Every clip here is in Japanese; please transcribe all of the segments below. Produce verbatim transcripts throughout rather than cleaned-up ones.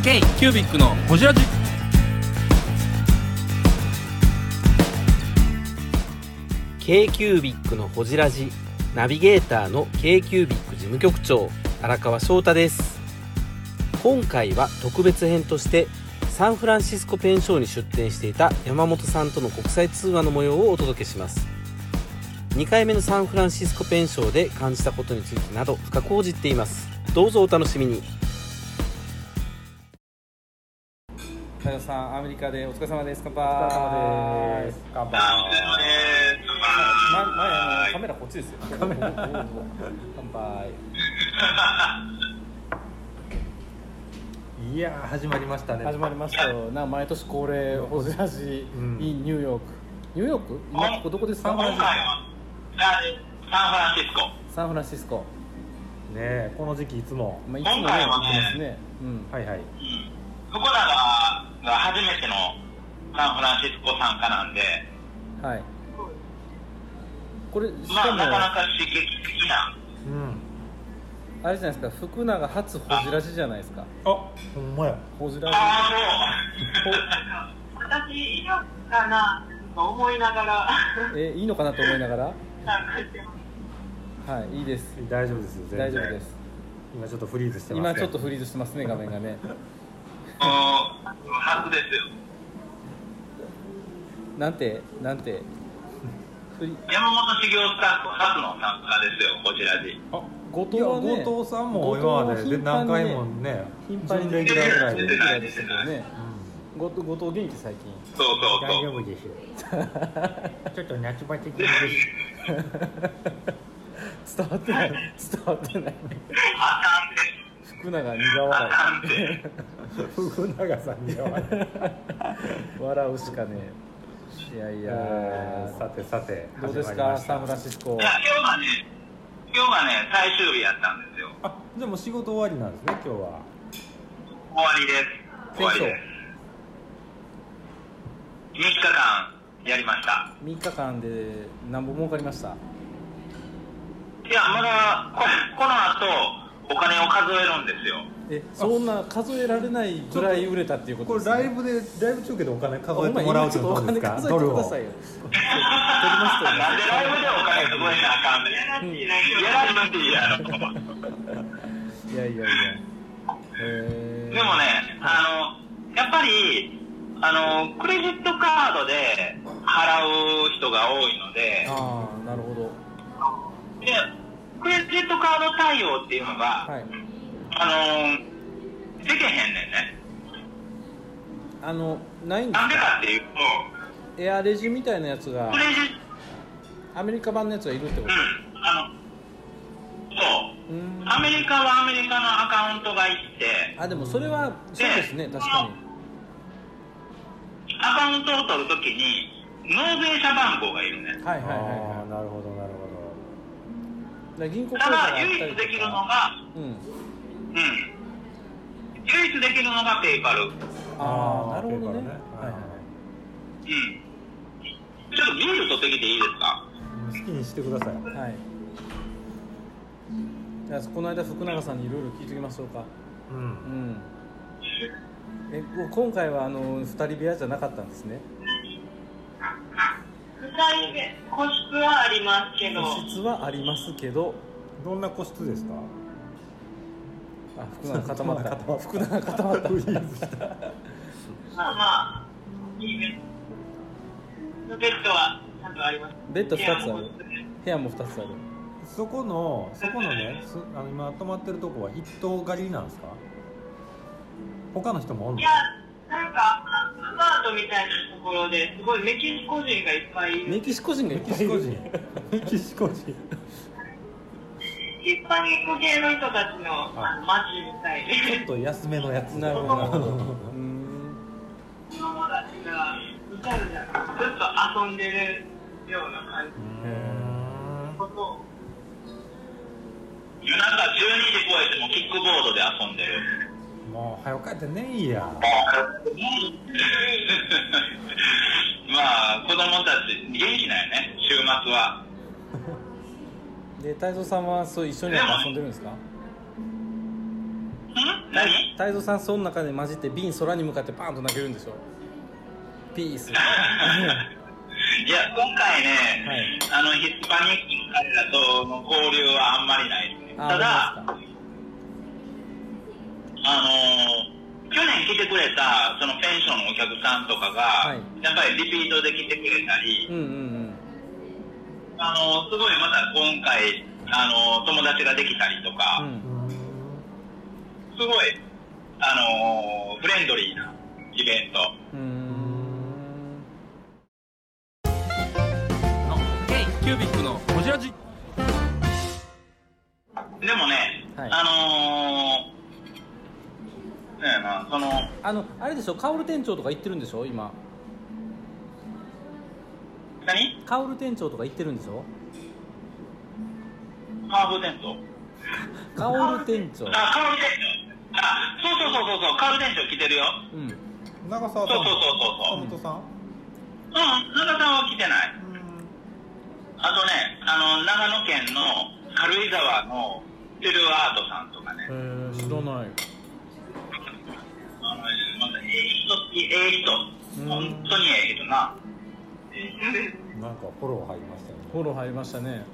K キュービックのホジラジ。 K キュービックのホジラジナビゲーターの K キュービック事務局長荒川翔太です。今回は特別編としてサンフランシスコペンションに出店していた山本さんとの国際通話の模様をお届けします。にかいめのサンフランシスコペンションで感じたことについてなど深く報じっています。どうぞお楽しみに。太陽さん、アメリカでお疲れ様です。乾杯。 お疲れ様です。乾杯。 ま、前あのカメラこっちですよ。カメラ乾杯。 いやー始まりましたね。 始まりましたよ。なんか毎年恒例ホジラジ、うん、インニューヨーク。ニューヨーク？今ここどこですか？サンフランシスコ。 サンフランシスコ。 サンフランシスコ。 ねえ、この時期いつも。 まあいつもね行ってますね。うん。 はいはい。 うん。僕らがが初めてのサンフランシスコ参加なんで。 はい。これしまかも、 あなかなか刺激的な。 うん。 あれじゃないですか。福永初ホジラジじゃないですか。 あ、ほんまや。 ホジラジ。 ああそう。私いいのかなと思いながら。 えいいのかなと思いながら。 参加してます。 はい、いいです。 大丈夫ですよ。全然大丈夫です。 今ちょっとフリーズしてます、 ね。今ちょっとフリーズしてますね、画面がね。 初ですよ。 なんてなんて。 山本修行スタッフ初の参加ですよ、こちらで。 あ、 後藤はね、 後藤さんも今までで何回もね、 頻繁にレギュラーぐらいでレギュラーでしたけどね。後藤後藤元気最近。 そうそうそう。 大丈夫ですよ。ちょっと夏バテ気味です。 伝わってない伝わってない。 あかんで。 福永苦笑い。 福永さんに笑笑うしかねえ。いやいや、 えー、さてさてどうですかサンフランシスコ。 いや今日はね今日はね最終日やったんですよ。 あ、じゃあもう仕事終わりなんですね今日は。 終わりです終わりです。みっかかんやりました。 みっかかんで何本儲かりました？ いやまだここの後お金を数えるんですよ。 え、そんな数えられないぐらい売れたっていうことですね。 これライブでライブ中継でお金数えてもらうってことですか？ お金数えてくださいよ。 なんでライブでお金数えなあかんねん。やらなくていいやろ。 いやいやいや。えー、 でもね、あのやっぱりあのクレジットカードで払う人が多いので。 ああ、なるほど。 でクレジットカード対応っていうのが、はい、あのできへんねんね。 あのないんですか？ なんでかっていうとエアレジみたいなやつがクレジアメリカ版のやつがいるってこと？ うん、あのそううんアメリカはアメリカのアカウントがいってあでもそれはそうですね。確かにアカウントを取るときに納税者番号がいるね。 はいはいはいはい。 なるほどなるほど。 だ銀行口ただ座があったりとか。 唯一できるのがうん、うん、唯一できるのがペイパル。 ああ、なるほどね。 ねはいはい。 うん。ちょっとビール取ってきていいですか？ 好きにしてください。 はい。じゃあこの間福永さんにいろいろ聞いておきましょうか。 うん。 うん。え、今回はあの二人部屋じゃなかったんですね。 ふたりで個室はありますけど。 個室はありますけど。 どんな個室ですか？ あ、福永固まった。福永固まった。フリーズした。 まあまあいいね。ベッドはちゃんとあります。 ベッドふたつある。部屋もふたつある。 そこのそこのね、あの今泊まってるとこは一棟借りなんですか？他の人もおんの？ いや、なんかアパートみたいなところですごいメキシコ人がいっぱいいる。 メキシコ人がいっぱいいる。 メキシコ人。 ヒスパニック系の人たちのあの街みたいで。 ちょっと安めのやつ。 なるほどなるほど。うん。 子供たちがいたるじゃん。ずっと遊んでるような感じ。ことを。夜中じゅうにじ超えてもキックボードで遊んでる。 もう早く帰ってねえや。 まあ子供たち元気なんやね週末は。 で太蔵さんはそう一緒に遊んでるんですか？ い何？ 太蔵さんその中で混じって瓶空に向かってパーンと投げるんでしょ。ピースいや今回ね、 はい、 あのヒスパニックの彼らとの交流はあんまりないですね。ただあのー、去年来てくれたそのペンションのお客さんとかが、はい、やっぱりリピートで来てくれたり、うんうんうん、あのー、すごいまた今回あのー、友達ができたりとか、うん、すごいあのー、フレンドリーなイベント。うーん、 キュービックのこじらじ。 でもね、はい、あのー、ねえな、そのあのあれでしょ、カオル店長とか行ってるんでしょ今。 何？ カオル店長とか行ってるんでしょ。 カオル店長。 カオル店長。 あ、カオル店長。あ、そうそうそうそうそう、カオル店長来てるよ。うん。 長澤さん。 そうそうそうそう。 岡本さん。 うん、長澤は来てない。うん。あとね、あの長野県の軽井沢のテルアートさんとかね。 へー、知らない。 あのまだええ人ってええ人、本当にええ人な。 なんかフォロー入りましたね。 フォロー入りましたね。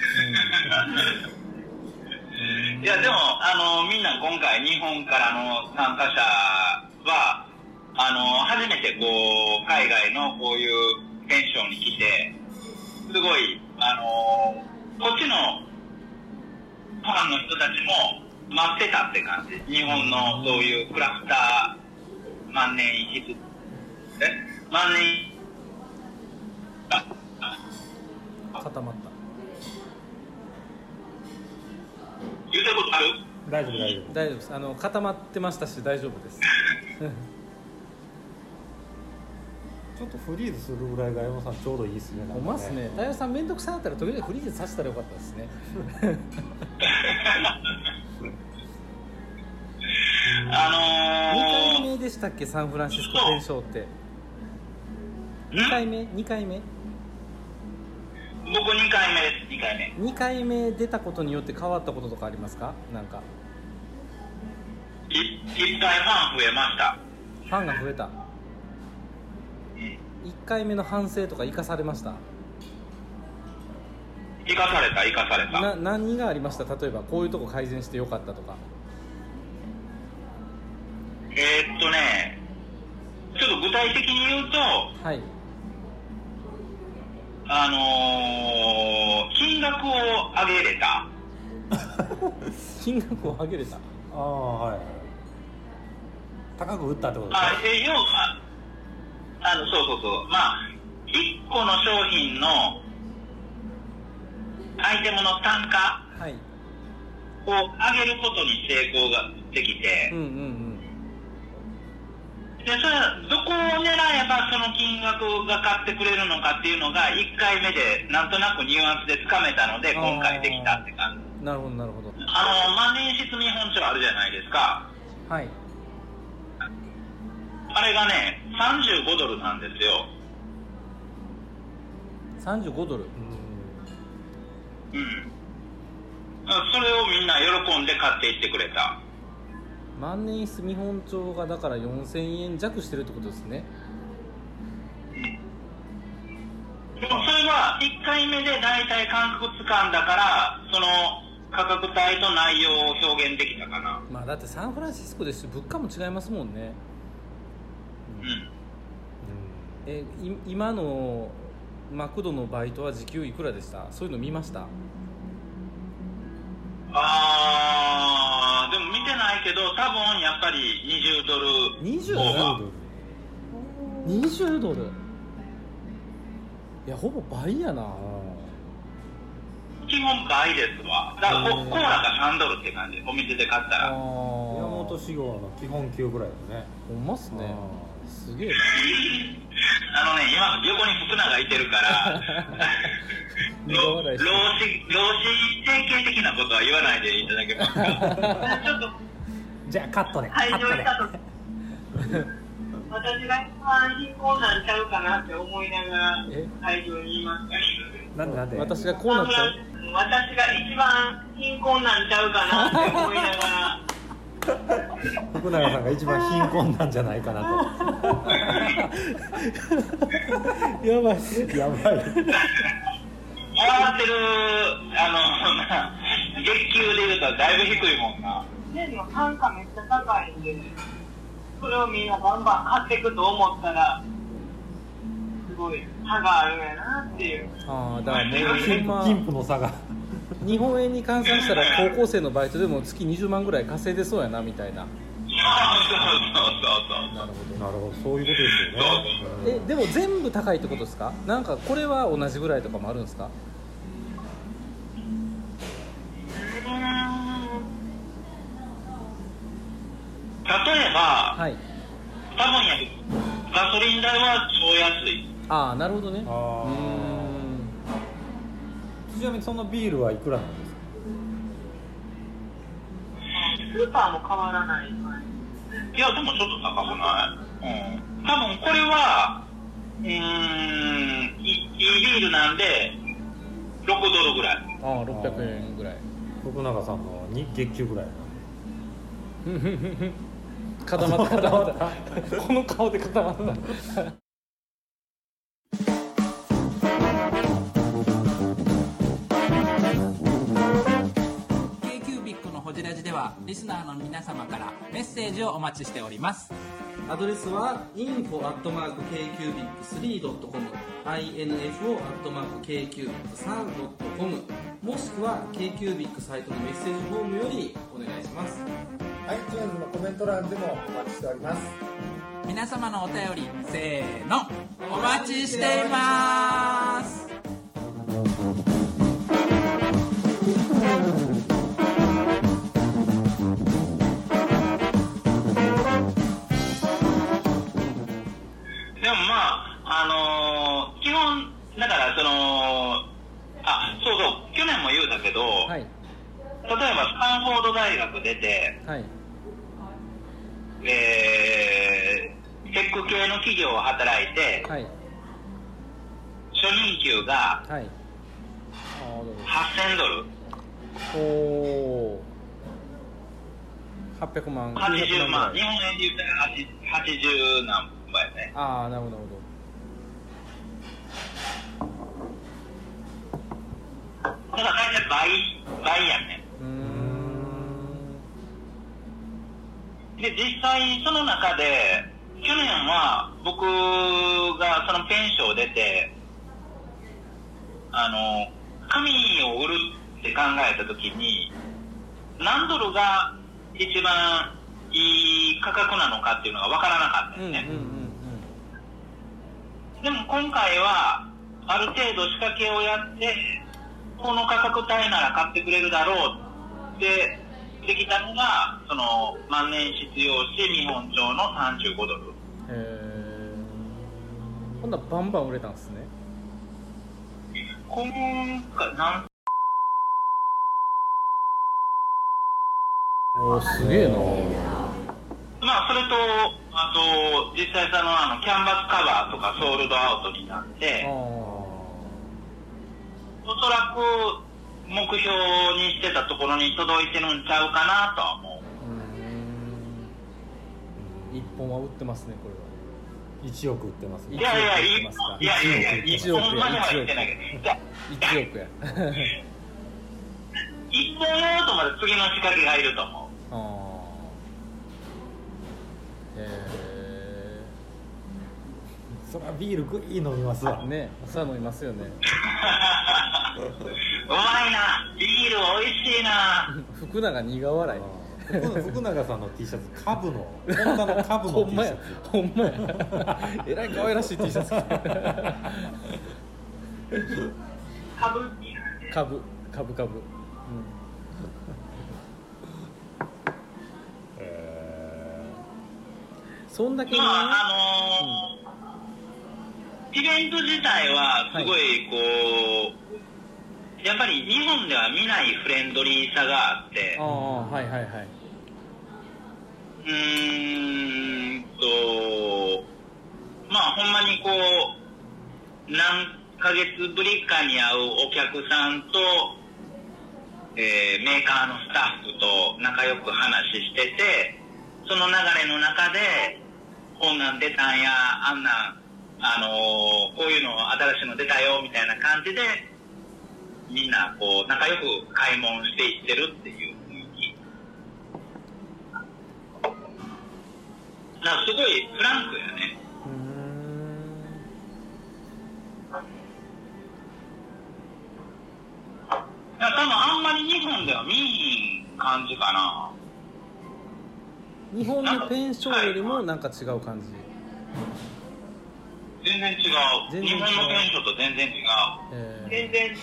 うん、いやでもあのみんな今回日本からの参加者はあの初めてこう海外のこういうペンションに来てすごいあのこっちのファンの人たちも待ってたって感じ。日本のそういうクラフター万年筆え万年固まった。 言うたことある？ 大丈夫大丈夫大丈夫です。あの固まってましたし大丈夫です。 ちょっとフリーズするぐらいが山さんちょうどいいですね。 ほんまっすね。大山さん面倒くさかったら時々フリーズさせたらよかったですね。 あのー、 にかいめでしたっけ、サンフランシスコペンションって。にかいめ？にかいめ？ 僕にかいめです。にかいめ。 にかいめ出たことによって変わったこととかありますか？なんかいっかいファン増えました。 ファンが増えた。うん、いっかいめの反省とか生かされました？ 生かされた生かされた。 な何がありました？例えばこういうとこ改善してよかったとか。 えー、っとねちょっと具体的に言うと、はい、あのー、金額を上げれた。 金額を上げれた。ああ、はい。高く売ったってことですか？ あ、え要はあのそうそうそう、まあいっこの商品のアイテムの単価を上げることに成功ができて、うんうんうん、でそれはどこを狙えばその金額が買ってくれるのかっていうのがいっかいめでなんとなくニュアンスでつかめたので今回できたって感じ。 なるほどなるほど。 あの万年筆見本帳あるじゃないですか。はい。あれがねさんじゅうごドルなんですよ。 さんじゅうごドル。 うん、うん、それをみんな喜んで買っていってくれた。 万年筆見本帳がだからよんせんえん弱してるってことですね。 うん、でもそれはいっかいめでだいたい感覚つかんだからその価格帯と内容を表現できたかな。 まあだってサンフランシスコですし物価も違いますもんね。うん、うん、え今のマクドのバイトは時給いくらでした？そういうの見ました？ あーでも見てないけど多分やっぱりにじゅうドル。 にじゅうドル？にじゅうドル？いやほぼ倍やな。 基本倍ですわ。だからコーラがさんドルって感じ。お店で買ったら。 山本志号の基本給ぐらいだね。 ほんまっすね。すげえな。 あのね今横に福永いてるから労使労使提携的なことは言わないでいただけますか？ちょっとじゃあカットで。 会場行ったと私が一番貧困なんちゃうかなって思いながら会場にいました。 なんでなんで？ 私がこうなっちゃう？ 私が一番貧困なんちゃうかなって思いながら福永さんが一番貧困なんじゃないかなとやばいやばい回ってるあの月給でいうとだいぶ低いもんな。 年の単価めっちゃ高いんで、それをみんなバンバン買っていくと思ったらすごい差があるんやなっていう。 ああ、だからもう今貧富の差が日本円に換算したら高校生のバイトでも月にじゅうまんぐらい稼いでそうやなみたいな。 そうそうそうなるほど。 なるほど、そういうことですよね。 え、でも全部高いってことですか？なんかこれは同じぐらいとかもあるんですか？ 例えば、 はい。 多分やけどガソリン代は超安い。 ああ、なるほどね。 あうーん。 ちなみにそのビールはいくらなんですか？ スーパーも変わらない。 いやでもちょっと高くない？うん。多分これはうーんいいいビールなんでろくドルぐらい。 ああ、ろっぴゃくえんぐらい。 福永さんのに月給ぐらい。 固まった固まったこの顔で固まった k q b i c のホジラジではリスナーの皆様からメッセージをお待ちしております。 アドレスは インフォ アットマーク ケーキュービックスリー ドットコム インフォ アットマーク ケーキュービックスリー ドットコム もしくは KQBIC サイトのメッセージフォームよりお願いします。 iTunes のコメント欄でもお待ちしております。 皆様のお便りせーのお待ちしています。 でもまああのー、基本だからそのあそうそう去年も言うたけど、 はい、 例えばスタンフォード大学出て、 はい、 えー、テック系の企業を働いて、 はい、 初任給がはい、 はっせんドル、 おおはっぴゃくまんはちじゅうまん、 きゅうひゃく日本円で言ったらはちじゅう何倍やね。 ああ、なるほどなるほだから大体倍倍やね。 ど。うーん。 で実際その中で去年は僕がそのペンションを出てあの紙を売るって考えた時に何ドルが一番いい価格なのかっていうのが分からなかったよね、 うんうんうんでも今回はある程度仕掛けをやってこの価格帯なら買ってくれるだろうってできたのがその万年筆用紙見本帳のさんじゅうごドル。 へえ。ほんならバンバン売れたんですね。 今回なんおお、すげえな。 まあそれとあと実際そのあのキャンバスカバーとかソールドアウトになってあおそらく目標にしてたところに届いてるんちゃうかなとは思う。 うーん。一本は売ってますね、これは。 いちおく売ってますね。 いやいやいいちおく売ってますか。 やいやいや一億や一本までは言ってないけどじゃあいちおくや。 一本やろうと思って次の仕掛けがいると思う。 ああ。へそりゃビールグイ飲みますわえ。ね、朝飲みますよね。 うまいな、ビール美味しいな。 福永苦笑い。 福福永さんの T シャツ、カブのホンダのカブのほ T んまやシャツ、 ほんまや。えらい可愛らしい T シャツ着てる。 株株、株株。うん。 えそんだけね。 まああのーイベント自体はすごいこう、やっぱり日本では見ないフレンドリーさがあってああ、はいはいはい。 うーんとまあほんまにこう何ヶ月ぶりかに会うお客さんと、 えー、メーカーのスタッフと仲良く話してて、その流れの中でこんなん出たんや、あんなん、あのー、こういうの新しいの出たよみたいな感じでみんなこう仲良く買い物していってるっていう雰囲気。だからすごいフランクやね。 うーん。 いや多分あんまり日本では見ひん感じかな。 日本のペンションよりもなんか違う感じ。 全然違う。 全然違う日本のペンションと全然違う。 えー全然違い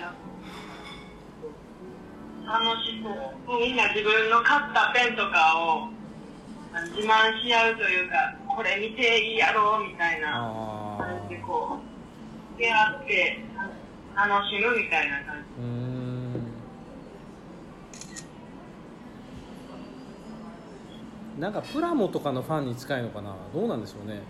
ます。楽しそう。みんな自分の買ったペンとかを自慢し合うというか、これ見ていいやろうみたいなあ感じでこう出会って楽しむみたいな感じ。 ーうーんなんかプラモとかのファンに近いのかな、どうなんでしょうね。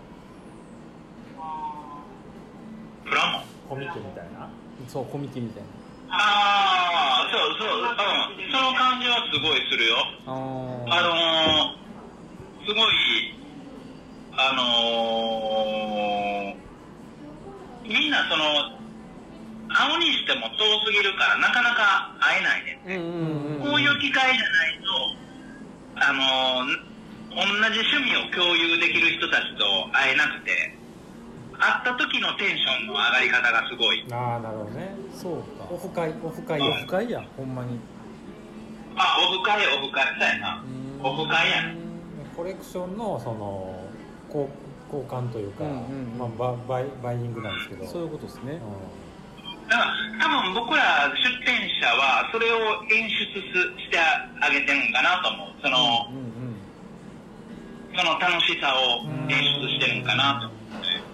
プラモコミケみたいな。 そうコミケみたいああ、そうそう、うん、その感じはすごいするよ。 な。ああのー、すごい、あのー、みんなその、会うにしても遠すぎるからなかなか会えないね、 ーうんうんうん、 こういう機会じゃないと、あのー、同じ趣味を共有できる人たちと会えなくて、会った時のテンションの上がり方がすごい。 ああ、なるほどね。 そうか。 オフ会、オフ会。 オフ会や、ほんまに。 あ、オフ会、オフ会、そうやな。オフ会やね。 コレクションのその交交換というか、 うんうんうん、 まあ、バイバイイングなんですけど。 そういうことですね。 うん、だから多分僕ら出店者はそれを演出してあげてるんかなと思う。その、 うんうんうん、 その楽しさを演出してるんかなと思って。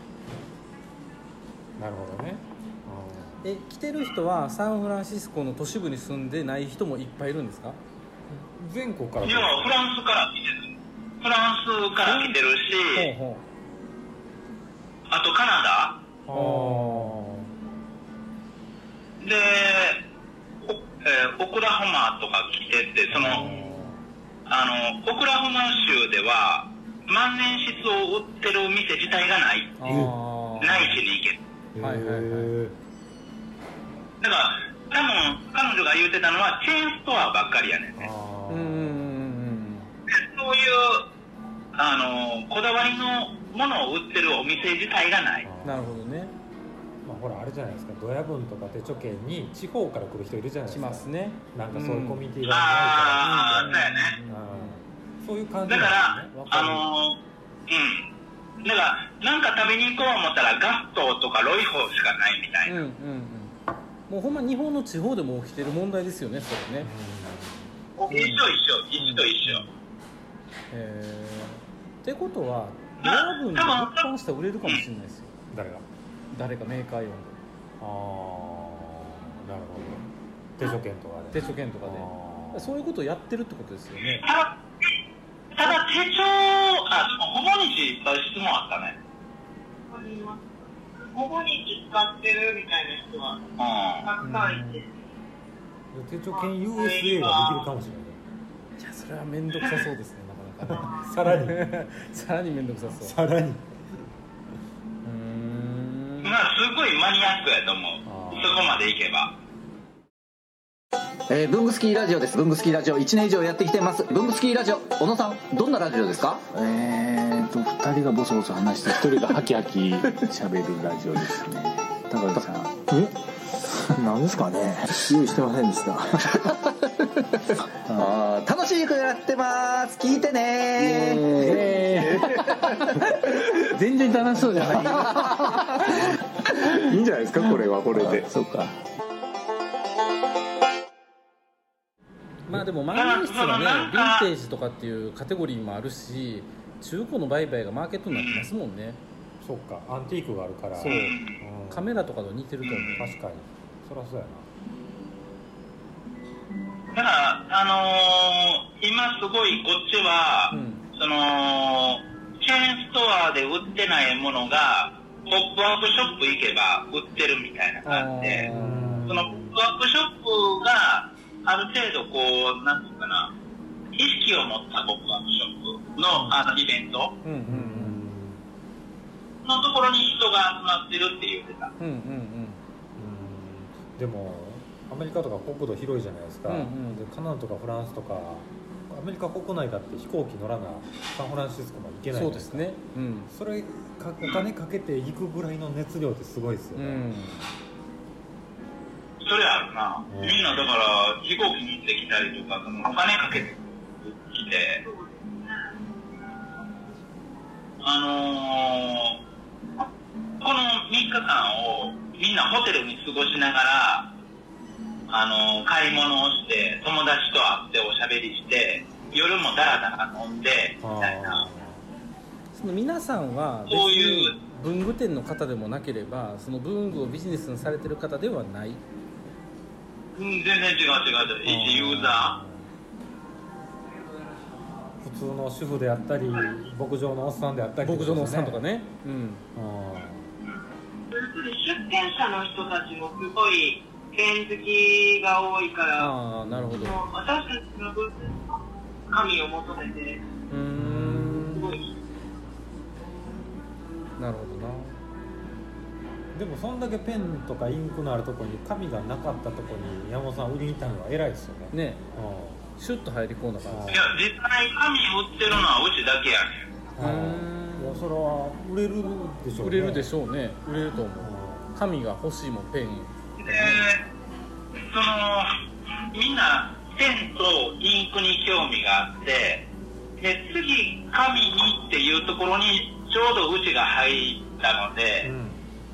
なるほどね。 え、来てる人はサンフランシスコの都市部に住んでない人もいっぱいいるんですか？ 全国から。 いや、フランスから来てる。フランスから来てるし、 ほうほあとカナダ。 あで、お、えーオクラホマとか来てて、その、あの、オクラホマ州では、万年筆を売ってる店自体がない。 あーないしに行ける。 あ。 はいはいはいへだから、多分、彼女が言うてたのは、チェーンストアばっかりやねんーね。 あうんうんうんでそういう、あの、こだわりのものを売ってるお店自体がない。 うん、なるほどね。 まあ、ほらあれじゃないですか、ドヤ分とか手帳券に地方から来る人いるじゃないですか。 来ますね。 なんかそういうコミュニティがああ、 ないそうやね。 から、うん、そういう感じだから、 なんですね。 あの、うん。だから、なんか食べに行こう思ったら、ガストとかロイホーしかないみたいな。 うんうんうん。もうほんま日本の地方でも起きてる問題ですよね、それね。 一緒一緒、一緒一緒。 えー、ってことはドヤ分で物販したら売れるかもしれないですよ。 誰が？ 誰かメーカー呼んで。 ああ、なるほど。手帳券とかで。 手帳券とかで。そういうことをやってるってことですよね。 ただ、ただ手帳、あ、でもほぼ日いっぱい質問あったね。 ほぼ日使ってるみたいな人はたくさんいて、 手帳券 ユーエスエー ができるかもしれない。 いや、それは面倒くさそうですね、なかなかね。 さらにさらに面倒くさそう。 さらに。 うーん。 まあ、すごいマニアックやと思う。そこまでいけば。 えー、ブングスキーラジオです。ブングスキーラジオいちねん以上やってきてます。ブングスキーラジオ、小野さん、どんなラジオですか？ えーとふたりがボソボソ話してひとりがハキハキ喋るラジオですね。高木さん、え何ですかね、用意してませんでしたあ楽しくやってます、聞いてねえー、全然楽しそうじゃないいいんじゃないですか、これはこれで。そうか。 まあでも万年筆はね、ヴィンテージとかっていうカテゴリーもあるし、中古の売買がマーケットになってますもんね。 そっか、アンティークがあるから。 そう、 うん、 カメラとかと似てると思う。 確かに、そりゃそうやな。 だから、あのー、今すごいこっちは、うん、そのチェーンストアで売ってないものがポップアップショップ行けば売ってるみたいな感じで、そのポップアップショップがある程度こう、なんていうかな、意識を持ったポップアップショップの、あのイベントのところに人が集まってるって言ってた。 うんうんうん。でもアメリカとか国土広いじゃないですか、うんうん、でカナダとかフランスとかアメリカ国内だって飛行機乗らなサンフランシスコまで行けないじゃないですか。そうですね、うん、それかお金かけて行くぐらいの熱量ってすごいですよね、うん、 それあるな、うん、みんなだから飛行機に行ってきたりとかそのお金かけてきてあのー、このみっかかんをみんなホテルに過ごしながらあの買い物をして友達と会っておしゃべりして夜もダラダラ飲んでみたいな。 その皆さんは別に文具店の方でもなければその文具をビジネスにされてる方ではない。 うん、全然違う違う一ユーザー普通の主婦であったり牧場のおっさんであったり、 ね、牧場のおっさんとかね、うん、 出店者の人たちもすごいペン好きが多いから、 あ、なるほど、 私たちの分紙を求めて、うーん、すごい。 なるほどな。 でもそんだけペンとかインクのあるところに紙がなかったところに山本さん売りに行ったのは偉いですよね。 ね、うん、シュッと入り込んだから。 いや実際紙売ってるのはうちだけやねん。 いやそれは売れるでしょうね。 売れるでしょうね。売れると思う。紙が欲しいもんペン。 で、そのみんなペンとインクに興味があって、で次紙にっていうところにちょうどうちが入ったので、うん、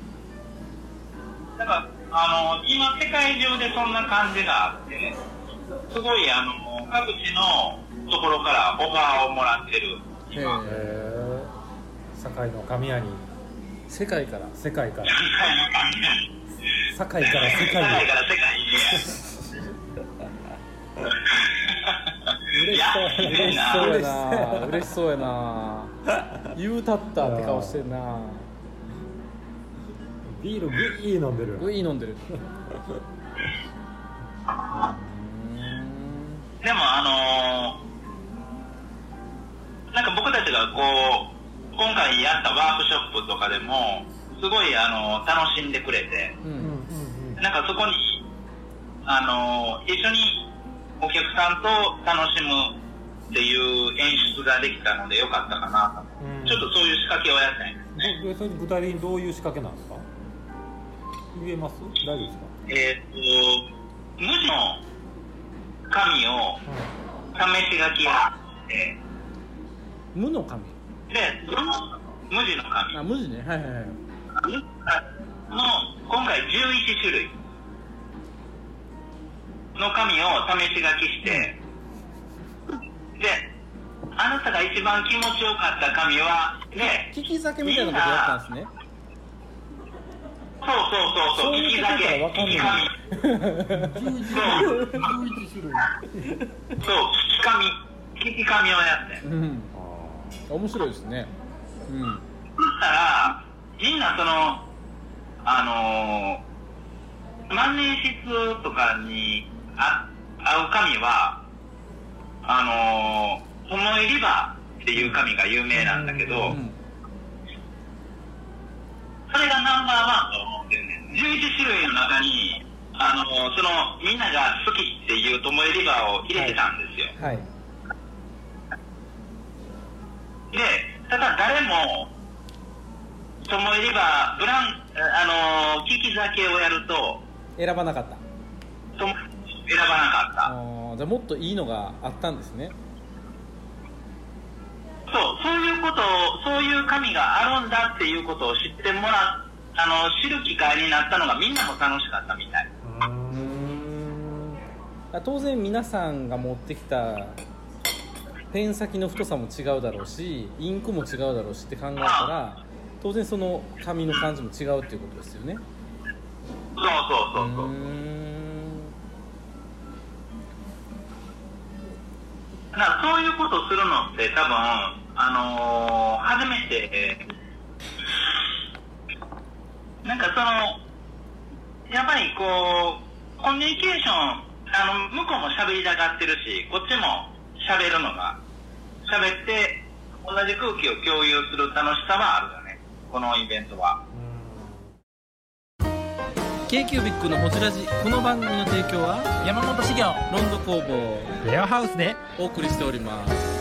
だからあの今世界中でそんな感じがあって、すごいあの各地のところからオファーをもらってる。 へえ。堺の神谷に世界から世界から堺の神谷。 堺から世界に。堺から世界に。嬉しそうやな。嬉しそうやな。言うたったって顔してんな。 ビールグイー飲んでる。 グイー飲んでる。 でもあのー、なんか僕たちがこう今回やったワークショップとかでもすごいあのー、楽しんでくれて、うん、なんかそこにあのー、一緒にお客さんと楽しむっていう演出ができたのでよかったかなと、うん、ちょっとそういう仕掛けをやったんですね。 それ具体的にどういう仕掛けなんですか？言えます？大丈夫ですか？ えー、っと無地の紙を試し書きやって、 うん、無の紙でその無地の紙、 あ、無地ね、はいはいはい、 の今回じゅういちしゅるいの紙を試し書きして、うん、であなたが一番気持ちよかった紙はで利き酒みたいなことやったんですね。 そうそうそうそう、利き酒、利き紙そう、じゅういちしゅるいそう、利き紙利き紙をやって、うん、 面白いですね、うん、 そしたらみんなそのあのー、万年筆とかにあ合う紙はあのー、思いリバーっていう紙が有名なんだけど、うんうん、それがナンバーワンと思ってるね。じゅういちしゅるいの中にあのそのみんなが好きっていうトモエリバーを入れてたんですよ、はいはい、でただ誰もトモエリバーブランあの利き酒をやると選ばなかったと選ばなかった。 あ、じゃあもっといいのがあったんですね。 そう、そういうことを、そういう紙があるんだっていうことを知ってもらう、あの、知る機会になったのがみんなも楽しかったみたい。うーん、当然皆さんが持ってきたペン先の太さも違うだろうし、インクも違うだろうしって考えたら、当然その紙の感じも違うっていうことですよね。 そうそうそうそう。うーん、だからそういうことをするのって多分、あのー、初めてなんかそのやっぱりこうコミュニケーションああの向こうも喋りたがってるし、こっちも喋るのが喋って同じ空気を共有する楽しさはあるよね、このイベントは。 k q b i c のホジラジ、この番組の提供は山本修行ロンド工房レアハウスでお送りしております。